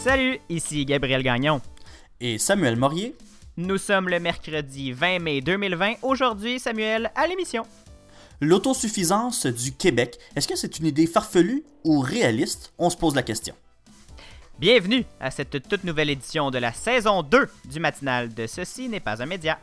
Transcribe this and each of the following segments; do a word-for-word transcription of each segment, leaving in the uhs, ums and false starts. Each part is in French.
Salut, ici Gabriel Gagnon. Et Samuel Morier. Nous sommes le mercredi vingt mai deux mille vingt. Aujourd'hui, Samuel, à l'émission. L'autosuffisance du Québec, est-ce que c'est une idée farfelue ou réaliste? On se pose la question. Bienvenue à cette toute nouvelle édition de la saison deux du matinal de Ceci n'est pas un média.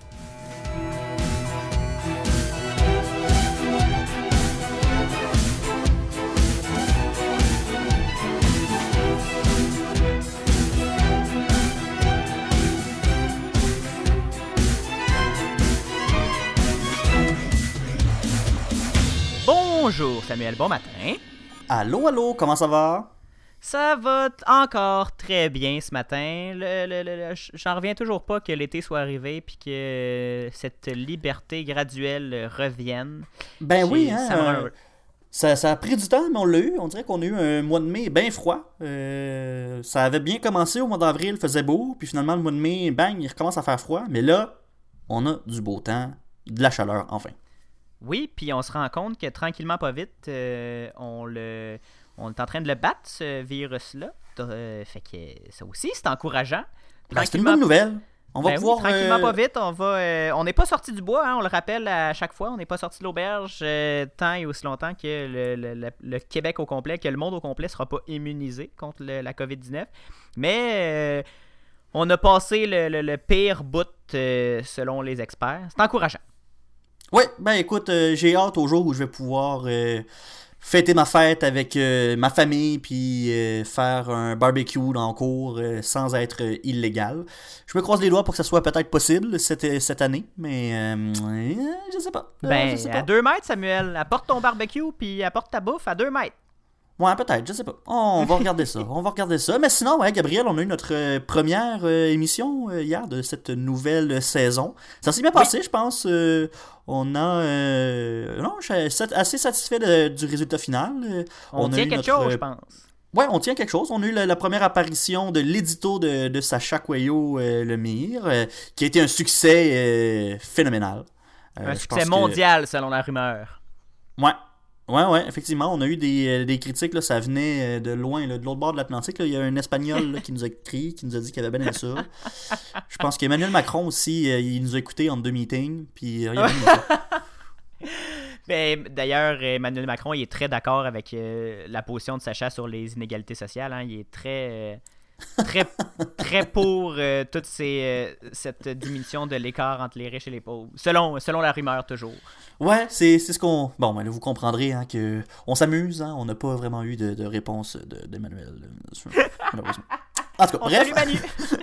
Bonjour Samuel, bon matin. Allô, allô, comment ça va? Ça va t- encore très bien ce matin. Le, le, le, le- j'en reviens toujours pas que l'été soit arrivé puis que euh, cette liberté graduelle euh, revienne. Ben J'ai- oui, hein, ça me rend euh, heureux. ça, ça a pris du temps, mais on l'a eu. On dirait qu'on a eu un mois de mai bien froid. Euh, ça avait bien commencé au mois d'avril, il faisait beau, puis finalement le mois de mai, bang, il recommence à faire froid. Mais là, on a du beau temps, de la chaleur, enfin. Oui, puis on se rend compte que tranquillement, pas vite, euh, on le, on est en train de le battre, ce virus-là. Euh, fait que ça aussi, c'est encourageant. Ben, c'est une bonne nouvelle. On va Ben oui, pouvoir... tranquillement, euh, pas vite, on va. euh, on n'est pas sorti du bois, hein, on le rappelle à chaque fois. On n'est pas sorti de l'auberge euh, tant et aussi longtemps que le, le- le- le Québec au complet, que le monde au complet ne sera pas immunisé contre le- la covid dix-neuf. Mais euh, on a passé le, le- le pire bout euh, selon les experts. C'est encourageant. Ouais, ben écoute, euh, j'ai hâte au jour où je vais pouvoir euh, fêter ma fête avec euh, ma famille puis euh, faire un barbecue dans le cours euh, sans être euh, illégal. Je me croise les doigts pour que ça soit peut-être possible cette, cette année, mais euh, euh, je sais pas. Euh, Ben, je sais pas. à deux mètres, Samuel, apporte ton barbecue puis apporte ta bouffe à deux mètres. Ouais, peut-être, je sais pas. On va regarder ça, on va regarder ça. Mais sinon, ouais, Gabriel, on a eu notre euh, première euh, émission euh, hier de cette nouvelle saison. Ça s'est bien passé, je pense. Euh, on a... euh, non, je suis sat- assez satisfait de- du résultat final. Euh, On, a tient eu quelque notre, chose, euh, je pense. Ouais, on tient quelque chose. On a eu la, la première apparition de l'édito de, de Sacha Coelho euh, Lemire, euh, qui a été un succès euh, phénoménal. Euh, Un je succès pense que- mondial, selon la rumeur. Ouais. Ouais, ouais, effectivement, on a eu des, euh, des critiques, là, ça venait euh, de loin, là, de l'autre bord de l'Atlantique. Là. Il y a un Espagnol là, qui nous a écrit, qui nous a dit qu'il avait bien aimé ça. Je pense qu'Emmanuel Macron aussi, euh, il nous a écoutés en deux meetings, puis euh, il a bien aimé ça. Ben, d'ailleurs, Emmanuel Macron, il est très d'accord avec euh, la position de Sacha sur les inégalités sociales. Hein. Il est très, euh, très, très pour euh, toute ces, euh, cette diminution de l'écart entre les riches et les pauvres, selon, selon la rumeur toujours. Ouais, c'est, c'est ce qu'on... Bon, ben, là, vous comprendrez hein, que on s'amuse, hein, on n'a pas vraiment eu de, de réponse de, d'Emmanuel, euh, malheureusement. En tout cas, On bref. salue Manu.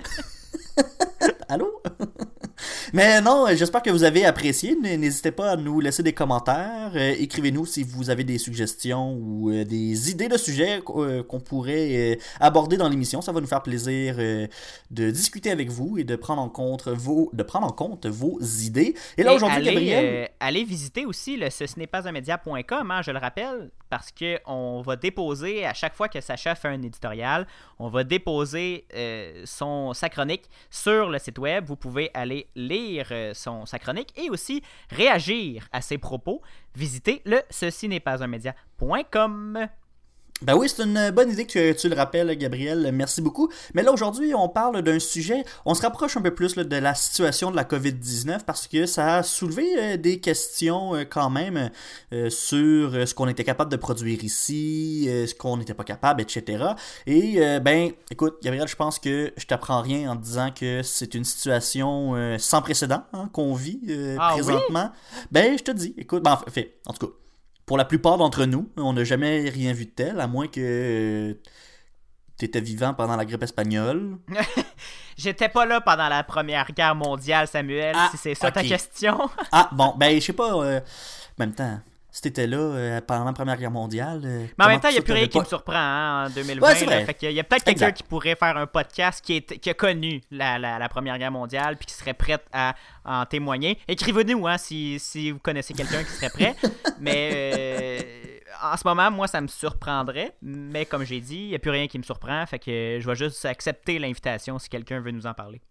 Allô? Mais non, euh, j'espère que vous avez apprécié. N- N'hésitez pas à nous laisser des commentaires. Euh, écrivez-nous si vous avez des suggestions ou euh, des idées de sujets euh, qu'on pourrait euh, aborder dans l'émission. Ça va nous faire plaisir euh, de discuter avec vous et de prendre en compte vos, de prendre en compte vos idées. Et là, Et aujourd'hui, allez, Gabriel... euh, allez visiter aussi le ce n'est pas un média point com, hein, je le rappelle, parce qu'on va déposer, à chaque fois que Sacha fait un éditorial, on va déposer euh, son, sa chronique sur le site web. Vous pouvez aller lire euh, son, sa chronique et aussi réagir à ses propos. Visitez le ceci n'est pas un média point com. Ben oui, c'est une bonne idée que tu, tu le rappelles, Gabriel. Merci beaucoup. Mais là, aujourd'hui, on parle d'un sujet... On se rapproche un peu plus là, de la situation de la covid dix-neuf parce que ça a soulevé euh, des questions euh, quand même euh, sur euh, ce qu'on était capable de produire ici, euh, ce qu'on n'était pas capable, et cetera. Et euh, ben, écoute, Gabriel, je pense que je t'apprends rien en te disant que c'est une situation euh, sans précédent hein, qu'on vit euh, Ah présentement. Ben, je te dis, écoute, ben, en fait, en tout cas... Pour la plupart d'entre nous, on n'a jamais rien vu de tel, à moins que euh, t'étais vivant pendant la grippe espagnole. J'étais pas là pendant la Première Guerre mondiale, Samuel, Ah, si c'est ça ta ok. question. Ah, bon, ben, je sais pas, euh, en même temps, si t'étais là euh, pendant la Première Guerre mondiale... euh, Mais en même comment temps, il n'y a ça plus rien t'avais qui pas- me surprend hein, en deux mille vingt. Ouais, c'est vrai. là. Fait qu'il y a- il y a peut-être quelqu'un Exact. qui pourrait faire un podcast qui, est, qui a connu la, la, la Première Guerre mondiale puis qui serait prêt à, en témoigner. Écrivez-nous hein, si, si vous connaissez quelqu'un qui serait prêt. Mais euh, en ce moment, moi, ça me surprendrait. Mais comme j'ai dit, il n'y a plus rien qui me surprend. Fait que je vais juste accepter l'invitation si quelqu'un veut nous en parler.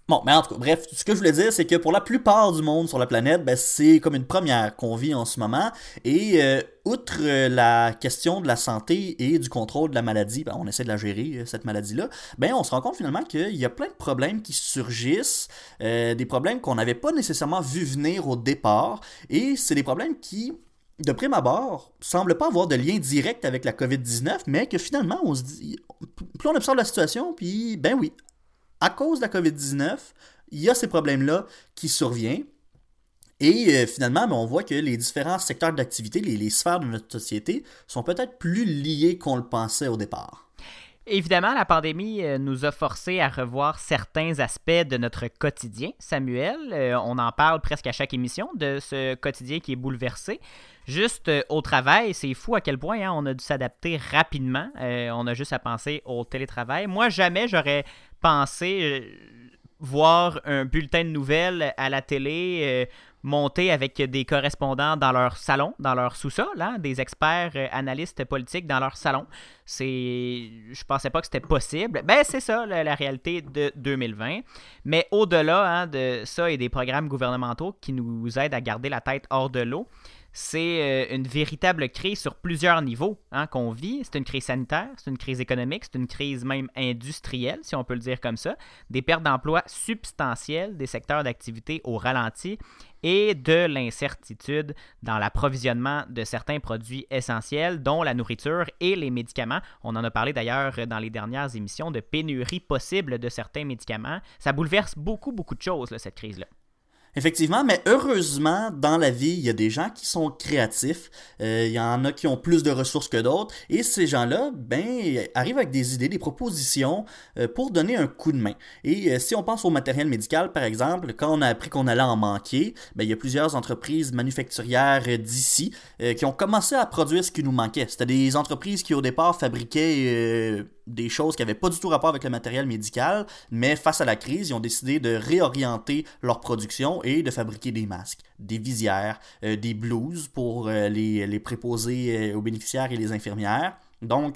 Bon, mais en tout cas, bref, ce que je voulais dire, c'est que pour la plupart du monde sur la planète, ben, c'est comme une première qu'on vit en ce moment. Et euh, outre euh, la question de la santé et du contrôle de la maladie, ben, on essaie de la gérer, euh, cette maladie-là, ben, on se rend compte finalement qu'il y a plein de problèmes qui surgissent, euh, des problèmes qu'on n'avait pas nécessairement vu venir au départ. Et c'est des problèmes qui, de prime abord, semblent pas avoir de lien direct avec la covid dix-neuf, mais que finalement, on se dit, plus on observe la situation, puis ben oui, à cause de la covid dix-neuf, il y a ces problèmes-là qui surviennent. Et euh, finalement, ben, on voit que les différents secteurs d'activité, les, les sphères de notre société, sont peut-être plus liés qu'on le pensait au départ. Évidemment, la pandémie euh, nous a forcés à revoir certains aspects de notre quotidien, Samuel. Euh, on en parle presque à chaque émission de ce quotidien qui est bouleversé. Juste euh, au travail, c'est fou à quel point hein, on a dû s'adapter rapidement. Euh, on a juste à penser au télétravail. Moi, jamais j'aurais pensé euh, voir un bulletin de nouvelles à la télé euh, monter avec des correspondants dans leur salon, dans leur sous-sol, hein, des experts euh, analystes politiques dans leur salon. C'est... Je pensais pas que c'était possible. Ben, c'est ça, la, la réalité de deux mille vingt. Mais au-delà hein, de ça et des programmes gouvernementaux qui nous aident à garder la tête hors de l'eau, c'est une véritable crise sur plusieurs niveaux hein, qu'on vit. C'est une crise sanitaire, c'est une crise économique, c'est une crise même industrielle, si on peut le dire comme ça. Des pertes d'emplois substantielles, des secteurs d'activité au ralenti et de l'incertitude dans l'approvisionnement de certains produits essentiels, dont la nourriture et les médicaments. On en a parlé d'ailleurs dans les dernières émissions de pénurie possible de certains médicaments. Ça bouleverse beaucoup, beaucoup de choses, là, cette crise-là. Effectivement, mais heureusement, dans la vie, il y a des gens qui sont créatifs. Euh, il y en a qui ont plus de ressources que d'autres. Et ces gens-là, ben, arrivent avec des idées, des propositions euh, pour donner un coup de main. Et euh, si on pense au matériel médical, par exemple, quand on a appris qu'on allait en manquer, ben, il y a plusieurs entreprises manufacturières euh, d'ici euh, qui ont commencé à produire ce qui nous manquait. C'était des entreprises qui, au départ, fabriquaient euh, des choses qui n'avaient pas du tout rapport avec le matériel médical, mais face à la crise, ils ont décidé de réorienter leur production et de fabriquer des masques, des visières, euh, des blouses pour euh, les, les préposés euh, aux bénéficiaires et les infirmières. Donc,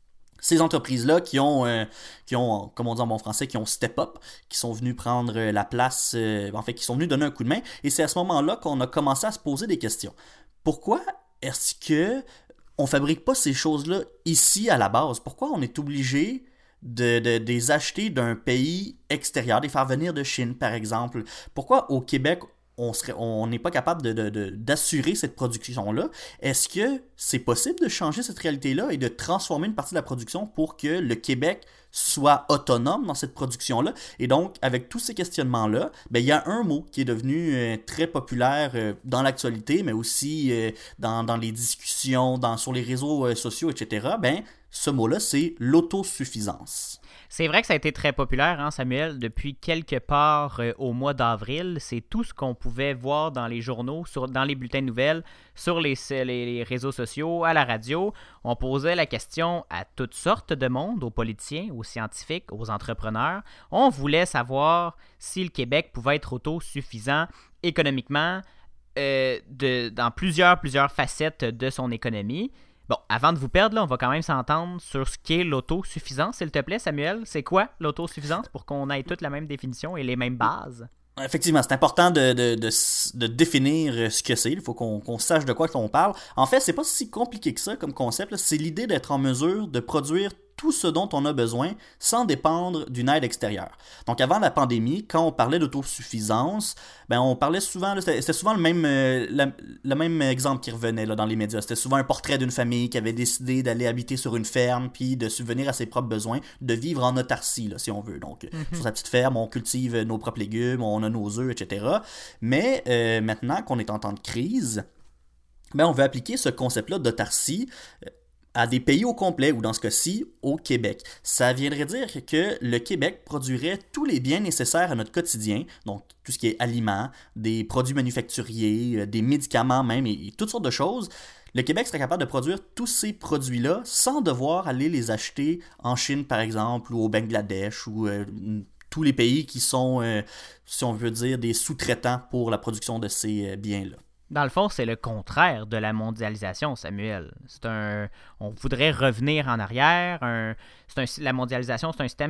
ces entreprises-là qui ont, euh, qui ont, comme on dit en bon français, qui ont step up, qui sont venus prendre la place, euh, en fait, qui sont venus donner un coup de main, et c'est à ce moment-là qu'on a commencé à se poser des questions. Pourquoi est-ce que on fabrique pas ces choses-là ici à la base? Pourquoi on est obligé de, de, de les acheter d'un pays extérieur, de les faire venir de Chine, par exemple? Pourquoi au Québec, on serait, on n'est pas capable de, de, de, d'assurer cette production-là? Est-ce que c'est possible de changer cette réalité-là et de transformer une partie de la production pour que le Québec soit autonome dans cette production-là? Et donc, avec tous ces questionnements-là, ben, il y a un mot qui est devenu euh, très populaire euh, dans l'actualité, mais aussi euh, dans, dans les discussions, dans, sur les réseaux euh, sociaux, et cetera. Ben, ce mot-là, c'est l'autosuffisance. C'est vrai que ça a été très populaire, hein, Samuel, depuis quelque part euh, au mois d'avril. C'est tout ce qu'on pouvait voir dans les journaux, sur, dans les bulletins de nouvelles, sur les, les, les réseaux sociaux, à la radio. On posait la question à toutes sortes de monde, aux politiciens, aux scientifiques, aux entrepreneurs. On voulait savoir si le Québec pouvait être autosuffisant économiquement euh, de, dans plusieurs, plusieurs facettes de son économie. Bon, avant de vous perdre, là, on va quand même s'entendre sur ce qu'est l'autosuffisance, s'il te plaît, Samuel. C'est quoi l'autosuffisance pour qu'on ait toutes la même définition et les mêmes bases? Effectivement, c'est important de, de, de, de définir ce que c'est. Il faut qu'on, qu'on sache de quoi on parle. En fait, c'est pas si compliqué que ça comme concept. C'est l'idée d'être en mesure de produire tout ce dont on a besoin sans dépendre d'une aide extérieure. Donc avant la pandémie, quand on parlait d'autosuffisance, ben on parlait souvent, là, c'était, c'était souvent le même, euh, la, le même exemple qui revenait là, dans les médias. C'était souvent un portrait d'une famille qui avait décidé d'aller habiter sur une ferme puis de subvenir à ses propres besoins, de vivre en autarcie, là, si on veut. Donc mm-hmm. sur sa petite ferme, on cultive nos propres légumes, on a nos œufs, et cetera. Mais euh, maintenant qu'on est en temps de crise, ben on veut appliquer ce concept-là d'autarcie à des pays au complet, ou dans ce cas-ci, au Québec. Ça viendrait dire que le Québec produirait tous les biens nécessaires à notre quotidien, donc tout ce qui est aliments, des produits manufacturiers, des médicaments même, et, et toutes sortes de choses. Le Québec serait capable de produire tous ces produits-là sans devoir aller les acheter en Chine, par exemple, ou au Bangladesh, ou euh, tous les pays qui sont, euh, si on veut dire, des sous-traitants pour la production de ces euh, biens-là. Dans le fond, c'est le contraire de la mondialisation, Samuel. C'est un, on voudrait revenir en arrière. Un, c'est un, la mondialisation, c'est un système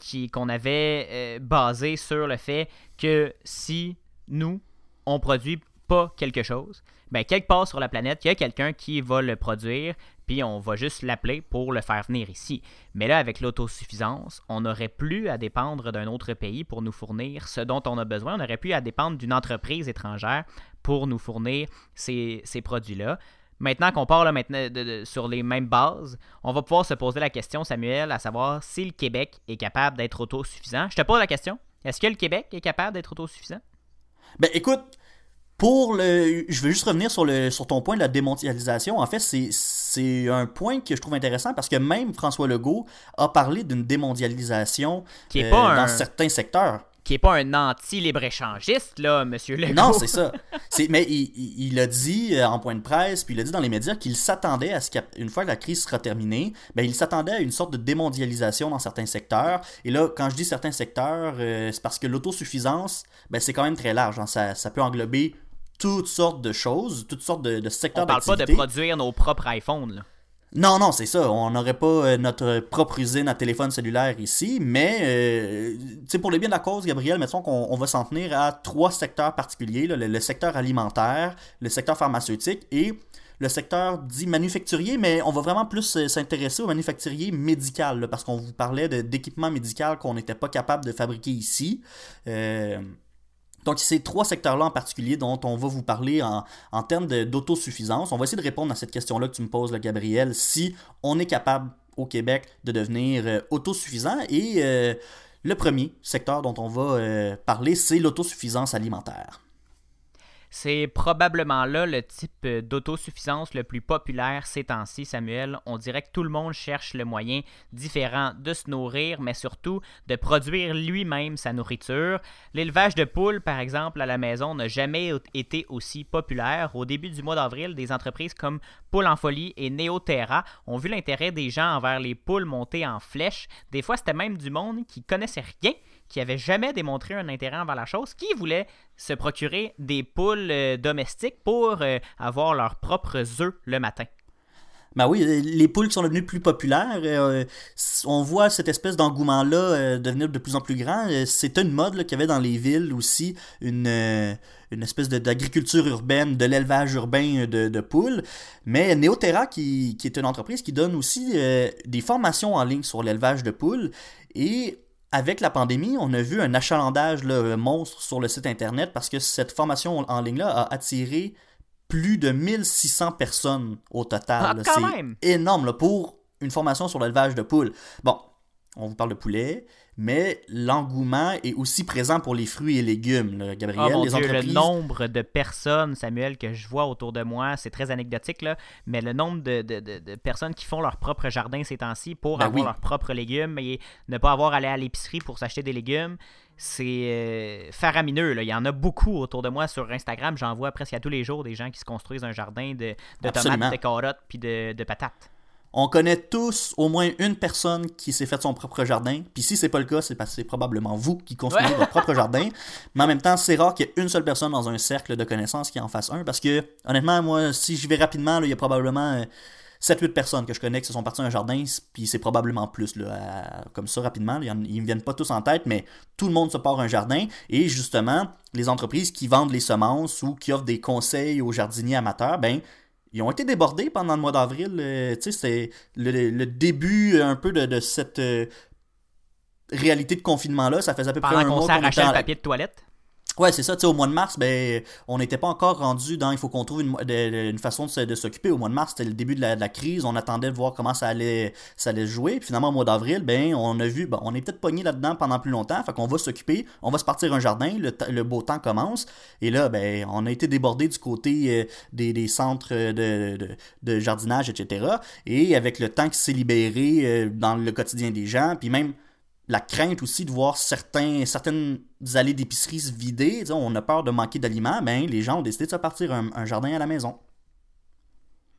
qui, qu'on avait euh, basé sur le fait que si nous, on produit pas quelque chose, ben quelque part sur la planète, il y a quelqu'un qui va le produire, puis on va juste l'appeler pour le faire venir ici. Mais là, avec l'autosuffisance, on n'aurait plus à dépendre d'un autre pays pour nous fournir ce dont on a besoin. On n'aurait plus à dépendre d'une entreprise étrangère pour nous fournir ces, ces produits-là. Maintenant qu'on part là, maintenant, de, de, sur les mêmes bases, on va pouvoir se poser la question, Samuel, à savoir si le Québec est capable d'être autosuffisant. Je te pose la question. Est-ce que le Québec est capable d'être autosuffisant? Ben écoute, pour le, je veux juste revenir sur, le, sur ton point de la démondialisation. En fait, c'est, c'est un point que je trouve intéressant parce que même François Legault a parlé d'une démondialisation qui est euh, pas dans un... certains secteurs. Qui n'est pas un anti-libre-échangiste, là, M. Legault. Non, c'est ça. C'est, mais il, il, il a dit euh, en point de presse, puis il a dit dans les médias qu'il s'attendait à ce qu'une fois que la crise sera terminée, ben, il s'attendait à une sorte de démondialisation dans certains secteurs. Et là, quand je dis certains secteurs, euh, c'est parce que l'autosuffisance, ben, c'est quand même très large. Hein. Ça, ça peut englober toutes sortes de choses, toutes sortes de, de secteurs d'activité. On parle pas de produire nos propres iPhones, là. Non, non, c'est ça. On n'aurait pas euh, notre propre usine à téléphone cellulaire ici, mais euh, pour le bien de la cause, Gabriel, mettons qu'on on va s'en tenir à trois secteurs particuliers, là, le, le secteur alimentaire, le secteur pharmaceutique et le secteur dit manufacturier, mais on va vraiment plus euh, s'intéresser au manufacturier médical, là, parce qu'on vous parlait de, d'équipement médical qu'on n'était pas capable de fabriquer ici. Euh... Donc, c'est ces trois secteurs-là en particulier dont on va vous parler en, en termes de, d'autosuffisance. On va essayer de répondre à cette question-là que tu me poses, là, Gabriel, si on est capable au Québec de devenir euh, autosuffisant. Et euh, le premier secteur dont on va euh, parler, c'est l'autosuffisance alimentaire. C'est probablement là le type d'autosuffisance le plus populaire ces temps-ci, Samuel. On dirait que tout le monde cherche le moyen différent de se nourrir, mais surtout de produire lui-même sa nourriture. L'élevage de poules, par exemple, à la maison n'a jamais été aussi populaire. Au début du mois d'avril, des entreprises comme Poules en Folie et Neoterra ont vu l'intérêt des gens envers les poules montées en flèche. Des fois, c'était même du monde qui connaissait rien, qui n'avait jamais démontré un intérêt envers la chose, qui voulait se procurer des poules euh, domestiques pour euh, avoir leurs propres œufs le matin. Ben oui, les poules sont devenues plus populaires. Euh, on voit cette espèce d'engouement-là euh, devenir de plus en plus grand. C'est une mode là, qu'il y avait dans les villes aussi, une, euh, une espèce de, d'agriculture urbaine, de l'élevage urbain de, de poules. Mais Neoterra, qui, qui est une entreprise qui donne aussi euh, des formations en ligne sur l'élevage de poules. Et avec la pandémie, on a vu un achalandage là, monstre sur le site internet parce que cette formation en ligne-là a attiré plus de mille six cents personnes au total. Ah, là. quand C'est même! énorme là, pour une formation sur l'élevage de poules. Bon, on vous parle de poulet, mais l'engouement est aussi présent pour les fruits et légumes, là, Gabriel. Oh mon les Dieu, entreprises... le nombre de personnes, Samuel, que je vois autour de moi, c'est très anecdotique, là, mais le nombre de, de, de, de personnes qui font leur propre jardin ces temps-ci pour Ben avoir oui. leurs propres légumes et ne pas avoir à aller à l'épicerie pour s'acheter des légumes, c'est euh, faramineux. Là. Il y en a beaucoup autour de moi sur Instagram. J'en vois presque à tous les jours des gens qui se construisent un jardin de, de tomates, de carottes puis de, de patates. On connaît tous au moins une personne qui s'est fait son propre jardin. Puis si c'est pas le cas, c'est parce que c'est probablement vous qui construisez Ouais. votre propre jardin. Mais en même temps, c'est rare qu'il y ait une seule personne dans un cercle de connaissances qui en fasse un. Parce que, honnêtement, moi, si j'y vais rapidement, là, il y a probablement euh, sept huit personnes que je connais qui se sont partis d'un jardin. Puis c'est probablement plus, là, à- comme ça, rapidement. Là, ils ne me viennent pas tous en tête, mais tout le monde se part un jardin. Et justement, les entreprises qui vendent les semences ou qui offrent des conseils aux jardiniers amateurs, ben ils ont été débordés pendant le mois d'avril. Euh, tu sais, c'est le, le début un peu de, de cette euh, réalité de confinement-là. Ça faisait à peu Pendant près un qu'on mois qu'on s'arrachait était le en... papier de toilette. Ouais, c'est ça. Tu sais, au mois de mars, ben, on n'était pas encore rendu dans. Il faut qu'on trouve une, de- de- une façon de, se- de s'occuper. Au mois de mars, c'était le début de la, de la crise. On attendait de voir comment ça allait, ça allait se jouer. Puis finalement, au mois d'avril, ben, on a vu, bon, on est peut-être pogné là-dedans pendant plus longtemps. Fait qu'on va s'occuper. On va se partir un jardin. Le, t- le beau temps commence. Et là, ben, on a été débordé du côté euh, des, des centres de, de, de jardinage, et cetera. Et avec le temps qui s'est libéré euh, dans le quotidien des gens, puis même la crainte aussi de voir certains, certaines allées d'épicerie se vider, tu sais, on a peur de manquer d'aliments, ben les gens ont décidé de se partir un, un jardin à la maison.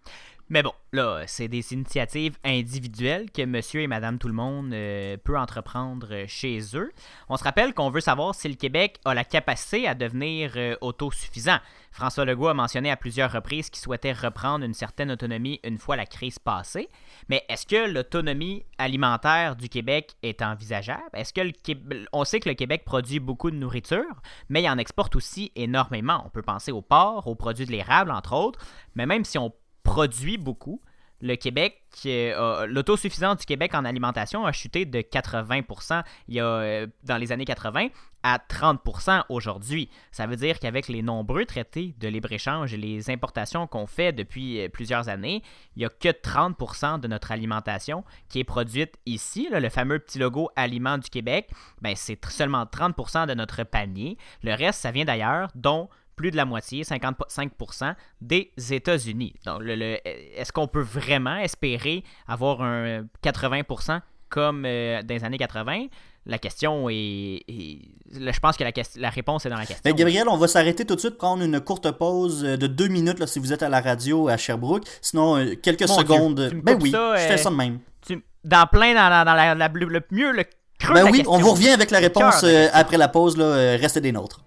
Mais bon, là, c'est des initiatives individuelles que monsieur et madame tout le monde euh, peut entreprendre chez eux. On se rappelle qu'on veut savoir si le Québec a la capacité à devenir euh, autosuffisant. François Legault a mentionné à plusieurs reprises qu'il souhaitait reprendre une certaine autonomie une fois la crise passée. Mais est-ce que l'autonomie alimentaire du Québec est envisageable? Est-ce que le Québec... On sait que le Québec produit beaucoup de nourriture, mais il en exporte aussi énormément. On peut penser au porc, aux produits de l'érable, entre autres. Mais même si on produit beaucoup, le Québec, euh, l'autosuffisance du Québec en alimentation a chuté de quatre-vingts pour cent il y a, euh, dans les années quatre-vingts à trente pour cent aujourd'hui. Ça veut dire qu'avec les nombreux traités de libre-échange et les importations qu'on fait depuis euh, plusieurs années, il n'y a que trente pour cent de notre alimentation qui est produite ici. Là, le fameux petit logo Aliments du Québec, ben, c'est tr- seulement trente pour cent de notre panier. Le reste, ça vient d'ailleurs, dont plus de la moitié, cinquante-cinq pour cent des États-Unis. Donc, le, le, est-ce qu'on peut vraiment espérer avoir un quatre-vingts pour cent comme euh, dans les années quatre-vingts? La question est... est là, je pense que la, la réponse est dans la question. Ben, Gabriel, on va s'arrêter tout de suite, prendre une courte pause de deux minutes là, si vous êtes à la radio à Sherbrooke. Sinon, euh, quelques Mon secondes... Dieu, ben oui, ça, je euh, fais ça de même. Tu, dans plein, dans, la, dans la, la, le mieux, le creux Ben de la oui, question. on vous revient avec la réponse Le cœur de la euh, question. après la pause. Là, euh, restez des nôtres.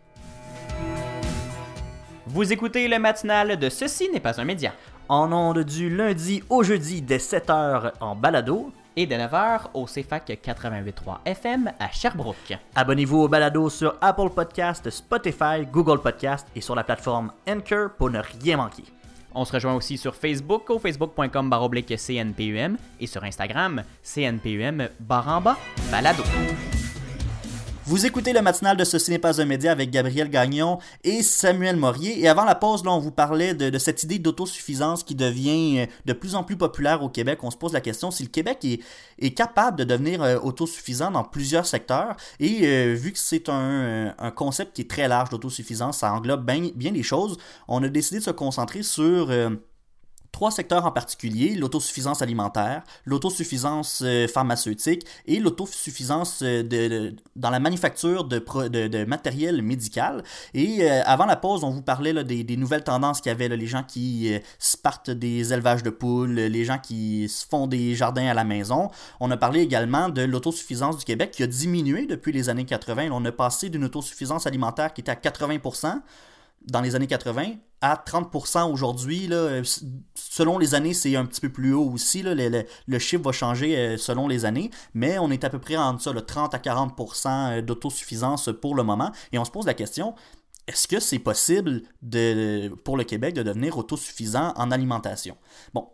Vous écoutez le matinal de Ceci n'est pas un média. En ondes du lundi au jeudi dès sept heures en balado. Et de neuf heures au C F A C quatre-vingt-huit virgule trois F M à Sherbrooke. Abonnez-vous au balado sur Apple Podcast, Spotify, Google Podcast et sur la plateforme Anchor pour ne rien manquer. On se rejoint aussi sur Facebook au facebook point com barre oblique C N P U M et sur Instagram C N P U M barre en bas balado. Vous écoutez le matinal de Ceci n'est pas un média avec Gabriel Gagnon et Samuel Morier. Et avant la pause, là, on vous parlait de, de cette idée d'autosuffisance qui devient de plus en plus populaire au Québec. On se pose la question si le Québec est, est capable de devenir euh, autosuffisant dans plusieurs secteurs. Et euh, vu que c'est un, un concept qui est très large d'autosuffisance, ça englobe bien, bien des choses, on a décidé de se concentrer sur... Euh, Trois secteurs en particulier, l'autosuffisance alimentaire, l'autosuffisance euh, pharmaceutique et l'autosuffisance euh, de, de, dans la manufacture de, pro, de, de matériel médical. Et euh, avant la pause, on vous parlait là, des, des nouvelles tendances qu'il y avait, là, les gens qui euh, se partent des élevages de poules, les gens qui se font des jardins à la maison. On a parlé également de l'autosuffisance du Québec qui a diminué depuis les années quatre-vingts. On a passé d'une autosuffisance alimentaire qui était à quatre-vingts pour cent dans les années quatre-vingts à trente pour cent aujourd'hui. Là, selon les années, c'est un petit peu plus haut aussi. Là, le, le, le chiffre va changer selon les années, mais on est à peu près entre ça, le trente à quarante pour cent d'autosuffisance pour le moment. Et on se pose la question, est-ce que c'est possible de, pour le Québec de devenir autosuffisant en alimentation? Bon,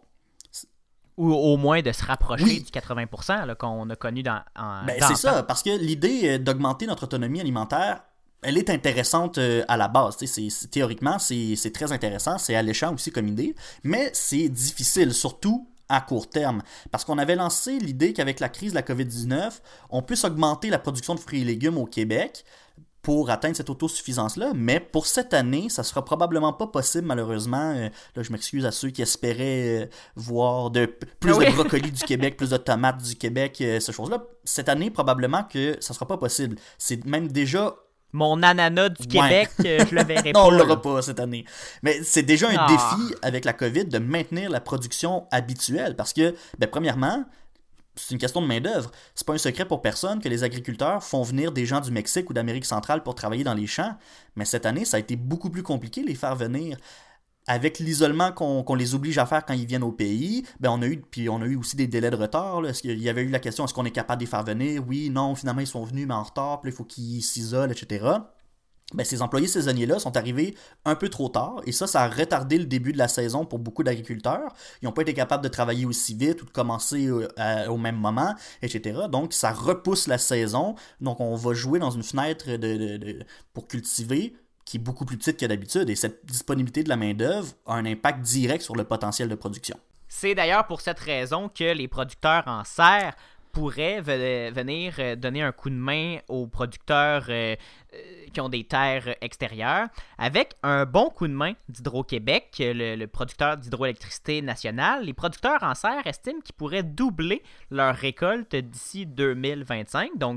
ou au moins de se rapprocher oui. du quatre-vingts pour cent là, qu'on a connu dans, en, ben, dans c'est ça, parce que l'idée d'augmenter notre autonomie alimentaire, elle est intéressante à la base. C'est, c'est, théoriquement, c'est, c'est très intéressant. C'est alléchant aussi comme idée. Mais c'est difficile, surtout à court terme. Parce qu'on avait lancé l'idée qu'avec la crise de la covid dix-neuf, on puisse augmenter la production de fruits et légumes au Québec pour atteindre cette autosuffisance-là. Mais pour cette année, ça sera probablement pas possible, malheureusement. Euh, là, je m'excuse à ceux qui espéraient euh, voir de, plus ah oui. de brocolis du Québec, plus de tomates du Québec, euh, ces choses-là. Cette année, probablement que ça sera pas possible. C'est même déjà... Mon ananas du Québec, ouais. euh, je le verrai non, pas. on l'aura là. pas cette année. Mais c'est déjà un Ah. défi avec la COVID de maintenir la production habituelle. Parce que, ben, premièrement, c'est une question de main-d'œuvre. C'est pas un secret pour personne que les agriculteurs font venir des gens du Mexique ou d'Amérique centrale pour travailler dans les champs. Mais cette année, ça a été beaucoup plus compliqué de les faire venir. Avec l'isolement qu'on, qu'on les oblige à faire quand ils viennent au pays, ben on a eu, puis on a eu aussi des délais de retard. Là. Est-ce qu'il y avait eu la question, est-ce qu'on est capable de les faire venir? Oui, non, finalement ils sont venus, mais en retard, puis il faut qu'ils s'isolent, et cetera. Ben, ces employés saisonniers-là sont arrivés un peu trop tard, et ça, ça a retardé le début de la saison pour beaucoup d'agriculteurs. Ils n'ont pas été capables de travailler aussi vite ou de commencer au, à, au même moment, et cetera. Donc, ça repousse la saison. Donc, on va jouer dans une fenêtre de, de, de, pour cultiver qui est beaucoup plus petite que d'habitude, et cette disponibilité de la main-d'œuvre a un impact direct sur le potentiel de production. C'est d'ailleurs pour cette raison que les producteurs en serre pourraient v- venir donner un coup de main aux producteurs euh, euh, qui ont des terres extérieures, avec un bon coup de main d'Hydro-Québec, le, le producteur d'hydroélectricité nationale. Les producteurs en serre estiment qu'ils pourraient doubler leur récolte d'ici deux mille vingt-cinq, donc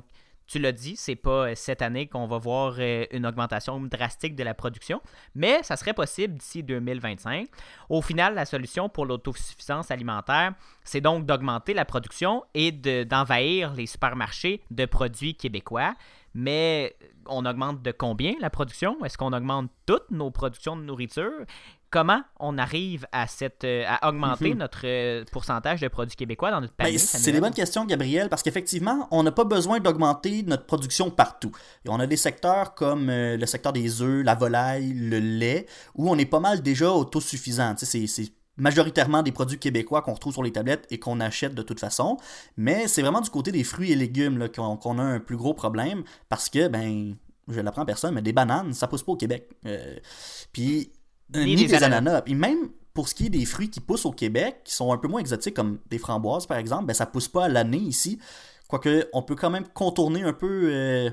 Tu l'as dit, c'est pas cette année qu'on va voir euh, une augmentation drastique de la production, mais ça serait possible d'ici deux mille vingt-cinq. Au final, la solution pour l'autosuffisance alimentaire, c'est donc d'augmenter la production et de, d'envahir les supermarchés de produits québécois. Mais on augmente de combien la production? Est-ce qu'on augmente toutes nos productions de nourriture? Comment on arrive à, cette, à augmenter mm-hmm. notre euh, pourcentage de produits québécois dans notre panier? Ben, c'est des bonnes questions, Gabriel, parce qu'effectivement, on n'a pas besoin d'augmenter notre production partout. Et on a des secteurs comme euh, le secteur des œufs, la volaille, le lait, où on est pas mal déjà autosuffisant. Tu sais, c'est, c'est majoritairement des produits québécois qu'on retrouve sur les tablettes et qu'on achète de toute façon. Mais c'est vraiment du côté des fruits et légumes là, qu'on, qu'on a un plus gros problème, parce que, ben, je l'apprends à personne, mais des bananes, ça pousse pas au Québec. Euh, puis... Ni, ni des, des ananas. ananas. Et même pour ce qui est des fruits qui poussent au Québec, qui sont un peu moins exotiques, comme des framboises par exemple, ben ça pousse pas à l'année ici. Quoique, on peut quand même contourner un peu euh,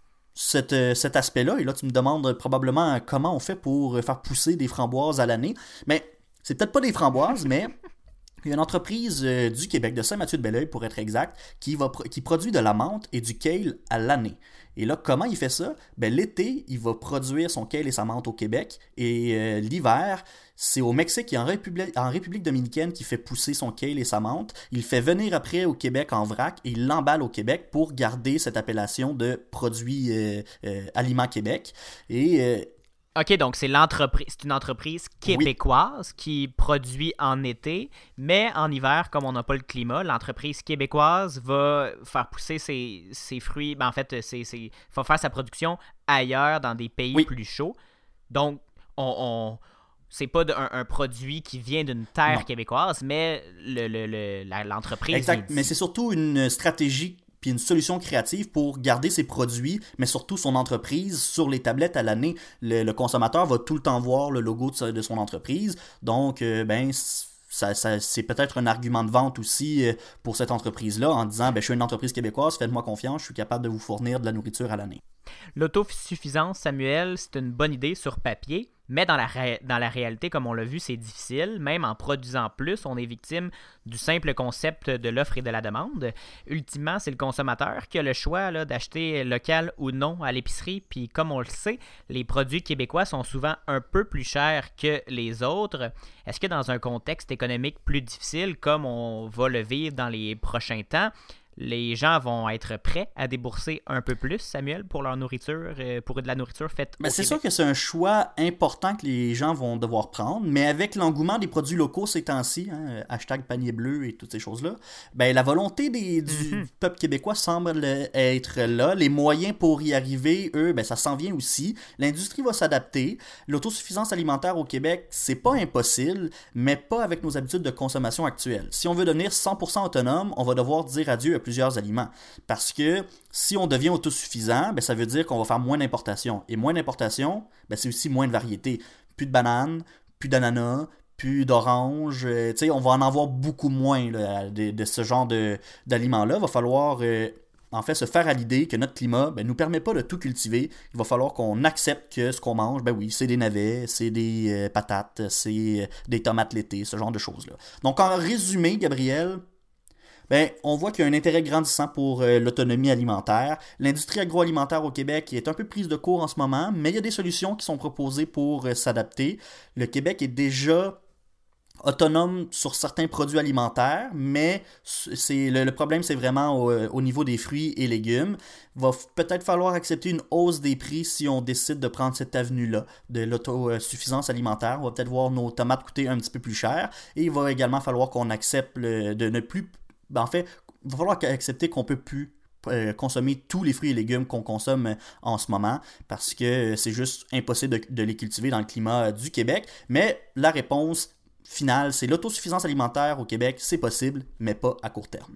cet, euh, cet aspect-là. Et là, tu me demandes probablement comment on fait pour faire pousser des framboises à l'année. Mais c'est peut-être pas des framboises, mais il y a une entreprise euh, du Québec, de Saint-Mathieu-de-Belleuil pour être exact, qui, va, qui produit de la menthe et du kale à l'année. Et là, comment il fait ça? Ben, l'été, il va produire son kale et sa menthe au Québec. Et euh, l'hiver, c'est au Mexique et en République, en République dominicaine qu'il fait pousser son kale et sa menthe. Il le fait venir après au Québec en vrac et il l'emballe au Québec pour garder cette appellation de produit euh, euh, Aliments Québec. Et... Euh, OK, donc c'est l'entreprise, c'est une entreprise québécoise oui. qui produit en été, mais en hiver, comme on n'a pas le climat, l'entreprise québécoise va faire pousser ses, ses fruits, ben en fait, c'est, c'est, va faire sa production ailleurs, dans des pays oui. plus chauds. Donc, on, on c'est pas de, un, un produit qui vient d'une terre non. québécoise, mais le, le, le, la, l'entreprise... Exact, mais c'est surtout une stratégie puis une solution créative pour garder ses produits, mais surtout son entreprise sur les tablettes à l'année. Le, le consommateur va tout le temps voir le logo de, sa, de son entreprise, donc euh, ben ça, ça, c'est peut-être un argument de vente aussi euh, pour cette entreprise-là, en disant ben, « je suis une entreprise québécoise, faites-moi confiance, je suis capable de vous fournir de la nourriture à l'année ». L'autosuffisance, Samuel, c'est une bonne idée sur papier, mais dans la, ré- dans la réalité, comme on l'a vu, c'est difficile. Même en produisant plus, on est victime du simple concept de l'offre et de la demande. Ultimement, c'est le consommateur qui a le choix là, d'acheter local ou non à l'épicerie. Puis comme on le sait, les produits québécois sont souvent un peu plus chers que les autres. Est-ce que dans un contexte économique plus difficile, comme on va le vivre dans les prochains temps, les gens vont être prêts à débourser un peu plus, Samuel, pour leur nourriture, pour de la nourriture faite ben au c'est Québec? sûr que c'est un choix important que les gens vont devoir prendre, mais avec l'engouement des produits locaux ces temps-ci, hein, hashtag panier bleu et toutes ces choses-là, ben la volonté des, du mm-hmm. peuple québécois semble être là. Les moyens pour y arriver, eux, ben ça s'en vient aussi. L'industrie va s'adapter. L'autosuffisance alimentaire au Québec, c'est pas impossible, mais pas avec nos habitudes de consommation actuelles. Si on veut devenir cent pour cent autonome, on va devoir dire adieu à plusieurs aliments. Parce que si on devient autosuffisant, ben ça veut dire qu'on va faire moins d'importations. Et moins d'importations, ben c'est aussi moins de variété. Plus de bananes, plus d'ananas, plus d'oranges. Euh, tu sais, on va en avoir beaucoup moins là, de, de ce genre de, d'aliments-là. Il va falloir euh, en fait se faire à l'idée que notre climat ne ben, nous permet pas de tout cultiver. Il va falloir qu'on accepte que ce qu'on mange, ben oui, c'est des navets, c'est des euh, patates, c'est euh, des tomates l'été, ce genre de choses-là. Donc en résumé, Gabriel, ben, on voit qu'il y a un intérêt grandissant pour euh, l'autonomie alimentaire. L'industrie agroalimentaire au Québec est un peu prise de court en ce moment, mais il y a des solutions qui sont proposées pour euh, s'adapter. Le Québec est déjà autonome sur certains produits alimentaires, mais c'est, le, le problème, c'est vraiment au, au niveau des fruits et légumes. Il va f- peut-être falloir accepter une hausse des prix si on décide de prendre cette avenue-là de l'autosuffisance alimentaire. On va peut-être voir nos tomates coûter un petit peu plus cher, et il va également falloir qu'on accepte le, de ne plus... Ben en fait, il va falloir accepter qu'on ne peut plus euh, consommer tous les fruits et légumes qu'on consomme en ce moment parce que c'est juste impossible de, de les cultiver dans le climat du Québec. Mais la réponse finale, c'est l'autosuffisance alimentaire au Québec, c'est possible, mais pas à court terme.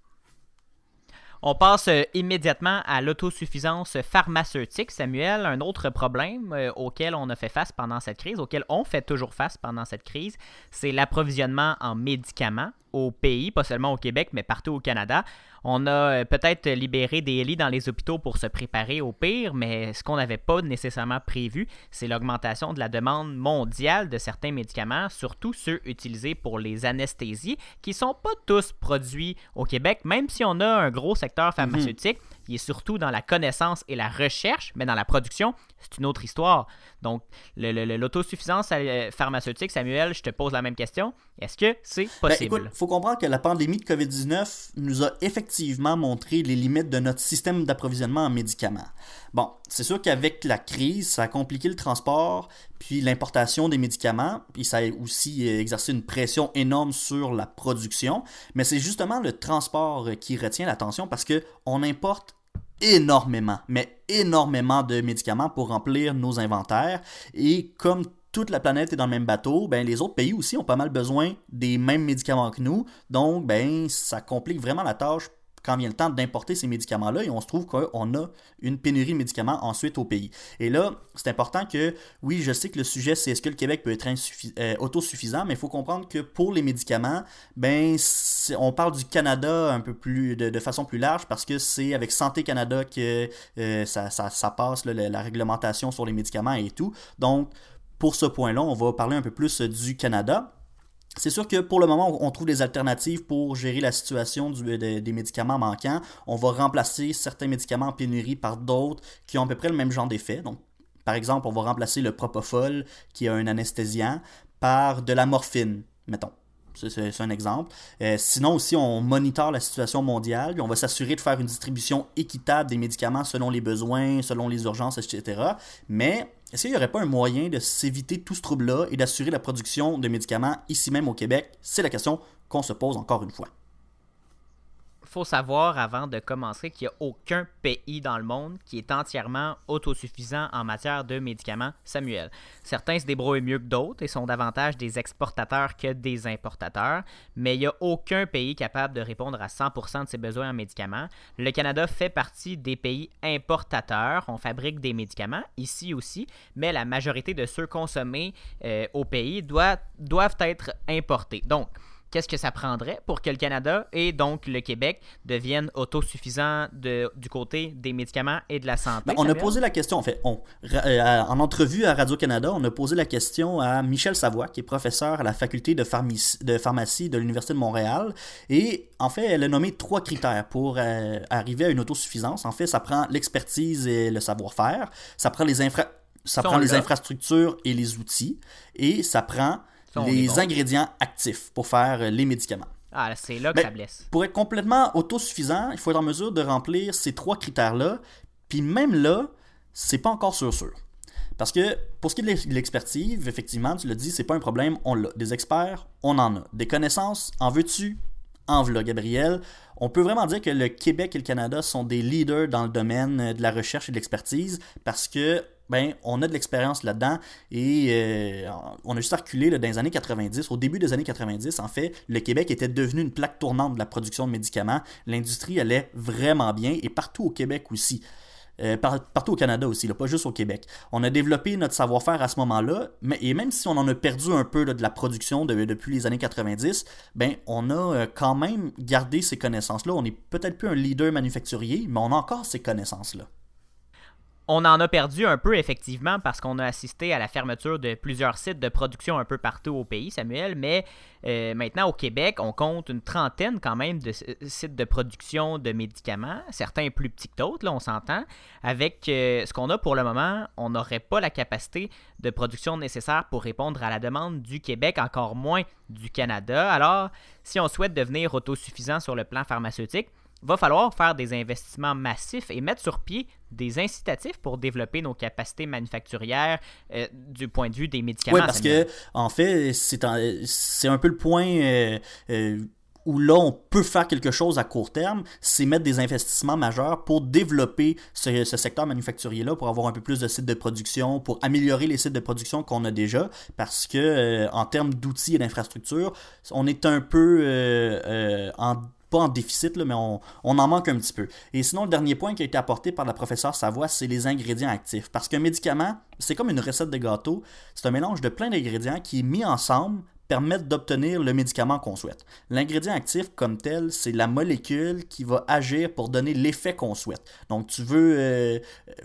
On passe euh, immédiatement à l'autosuffisance pharmaceutique, Samuel. Un autre problème euh, auquel on a fait face pendant cette crise, auquel on fait toujours face pendant cette crise, c'est l'approvisionnement en médicaments au pays, pas seulement au Québec, mais partout au Canada. On a euh, peut-être libéré des lits dans les hôpitaux pour se préparer au pire, mais ce qu'on n'avait pas nécessairement prévu, c'est l'augmentation de la demande mondiale de certains médicaments, surtout ceux utilisés pour les anesthésies, qui ne sont pas tous produits au Québec, même si on a un gros secteur pharmaceutique. Mm-hmm. il est surtout dans la connaissance et la recherche, mais dans la production, c'est une autre histoire. Donc, le, le, l'autosuffisance pharmaceutique, Samuel, je te pose la même question. Est-ce que c'est possible? Ben, écoute, il faut comprendre que la pandémie de covid dix-neuf nous a effectivement montré les limites de notre système d'approvisionnement en médicaments. Bon, c'est sûr qu'avec la crise, ça a compliqué le transport, puis l'importation des médicaments, puis ça a aussi exercé une pression énorme sur la production, mais c'est justement le transport qui retient l'attention parce qu'on importe énormément, mais énormément de médicaments pour remplir nos inventaires, et comme toute la planète est dans le même bateau, ben les autres pays aussi ont pas mal besoin des mêmes médicaments que nous, donc ben ça complique vraiment la tâche quand vient le temps d'importer ces médicaments-là, et on se trouve qu'on a une pénurie de médicaments ensuite au pays. Et là, c'est important que, oui, je sais que le sujet, c'est est-ce que le Québec peut être insuffi- euh, autosuffisant, mais il faut comprendre que pour les médicaments, ben, on parle du Canada un peu plus, de, de façon plus large, parce que c'est avec Santé Canada que euh, ça, ça, ça passe, là, la, la réglementation sur les médicaments et tout. Donc, pour ce point-là, on va parler un peu plus du Canada. C'est sûr que pour le moment, on trouve des alternatives pour gérer la situation du, de, des médicaments manquants. On va remplacer certains médicaments en pénurie par d'autres qui ont à peu près le même genre d'effet. Donc, par exemple, on va remplacer le propofol, qui est un anesthésiant, par de la morphine, mettons. C'est, c'est, c'est un exemple. Euh, sinon aussi, on monitore la situation mondiale, puis on va s'assurer de faire une distribution équitable des médicaments selon les besoins, selon les urgences, et cetera. Mais est-ce qu'il n'y aurait pas un moyen de s'éviter tout ce trouble-là et d'assurer la production de médicaments ici même au Québec? C'est la question qu'on se pose encore une fois. Il faut savoir avant de commencer qu'il n'y a aucun pays dans le monde qui est entièrement autosuffisant en matière de médicaments, Samuel. Certains se débrouillent mieux que d'autres et sont davantage des exportateurs que des importateurs, mais il n'y a aucun pays capable de répondre à cent pour cent de ses besoins en médicaments. Le Canada fait partie des pays importateurs. On fabrique des médicaments, ici aussi, mais la majorité de ceux consommés euh, au pays doit, doivent être importés. Donc, qu'est-ce que ça prendrait pour que le Canada et donc le Québec deviennent autosuffisants de, du côté des médicaments et de la santé? Ben, on a posé la question, en fait, on, euh, en entrevue à Radio-Canada, on a posé la question à Michel Savoie, qui est professeur à la faculté de pharmacie de, pharmacie de l'Université de Montréal. Et en fait, elle a nommé trois critères pour euh, arriver à une autosuffisance. En fait, ça prend l'expertise et le savoir-faire, ça prend les, infra- ça prend les infrastructures et les outils, et ça prend les bon. ingrédients actifs pour faire les médicaments. Ah, c'est là que ben, ça blesse. Pour être complètement autosuffisant, il faut être en mesure de remplir ces trois critères-là. Puis même là, c'est pas encore sûr sûr. Parce que pour ce qui est de l'expertise, effectivement, tu l'as dit, c'est pas un problème, on l'a. Des experts, on en a. Des connaissances, en veux-tu? En v'là, Gabriel. On peut vraiment dire que le Québec et le Canada sont des leaders dans le domaine de la recherche et de l'expertise parce que ben, on a de l'expérience là-dedans et euh, on a juste reculé là, dans les années quatre-vingt-dix. Au début des années quatre-vingt-dix, en fait, le Québec était devenu une plaque tournante de la production de médicaments. L'industrie allait vraiment bien et partout au Québec aussi. Euh, par, partout au Canada aussi, là, pas juste au Québec. On a développé notre savoir-faire à ce moment-là, mais, et même si on en a perdu un peu là, de la production de, depuis les années quatre-vingt-dix, ben, on a euh, quand même gardé ces connaissances-là. On n'est peut-être plus un leader manufacturier, mais on a encore ces connaissances-là. On en a perdu un peu, effectivement, parce qu'on a assisté à la fermeture de plusieurs sites de production un peu partout au pays, Samuel, mais euh, maintenant, au Québec, on compte une trentaine quand même de sites de production de médicaments, certains plus petits que d'autres, là, on s'entend. Avec euh, ce qu'on a pour le moment, on n'aurait pas la capacité de production nécessaire pour répondre à la demande du Québec, encore moins du Canada. Alors, si on souhaite devenir autosuffisant sur le plan pharmaceutique, il va falloir faire des investissements massifs et mettre sur pied des incitatifs pour développer nos capacités manufacturières euh, du point de vue des médicaments. Oui, parce que, en fait, c'est un, c'est un peu le point euh, euh, où là, on peut faire quelque chose à court terme, c'est mettre des investissements majeurs pour développer ce, ce secteur manufacturier-là, pour avoir un peu plus de sites de production, pour améliorer les sites de production qu'on a déjà, parce que euh, en termes d'outils et d'infrastructures, on est un peu euh, euh, en pas en déficit, là, mais on, on en manque un petit peu. Et sinon, le dernier point qui a été apporté par la professeure Savoie, c'est les ingrédients actifs. Parce qu'un médicament, c'est comme une recette de gâteau. C'est un mélange de plein d'ingrédients qui, mis ensemble, permettent d'obtenir le médicament qu'on souhaite. L'ingrédient actif, comme tel, c'est la molécule qui va agir pour donner l'effet qu'on souhaite. Donc, tu veux... Euh,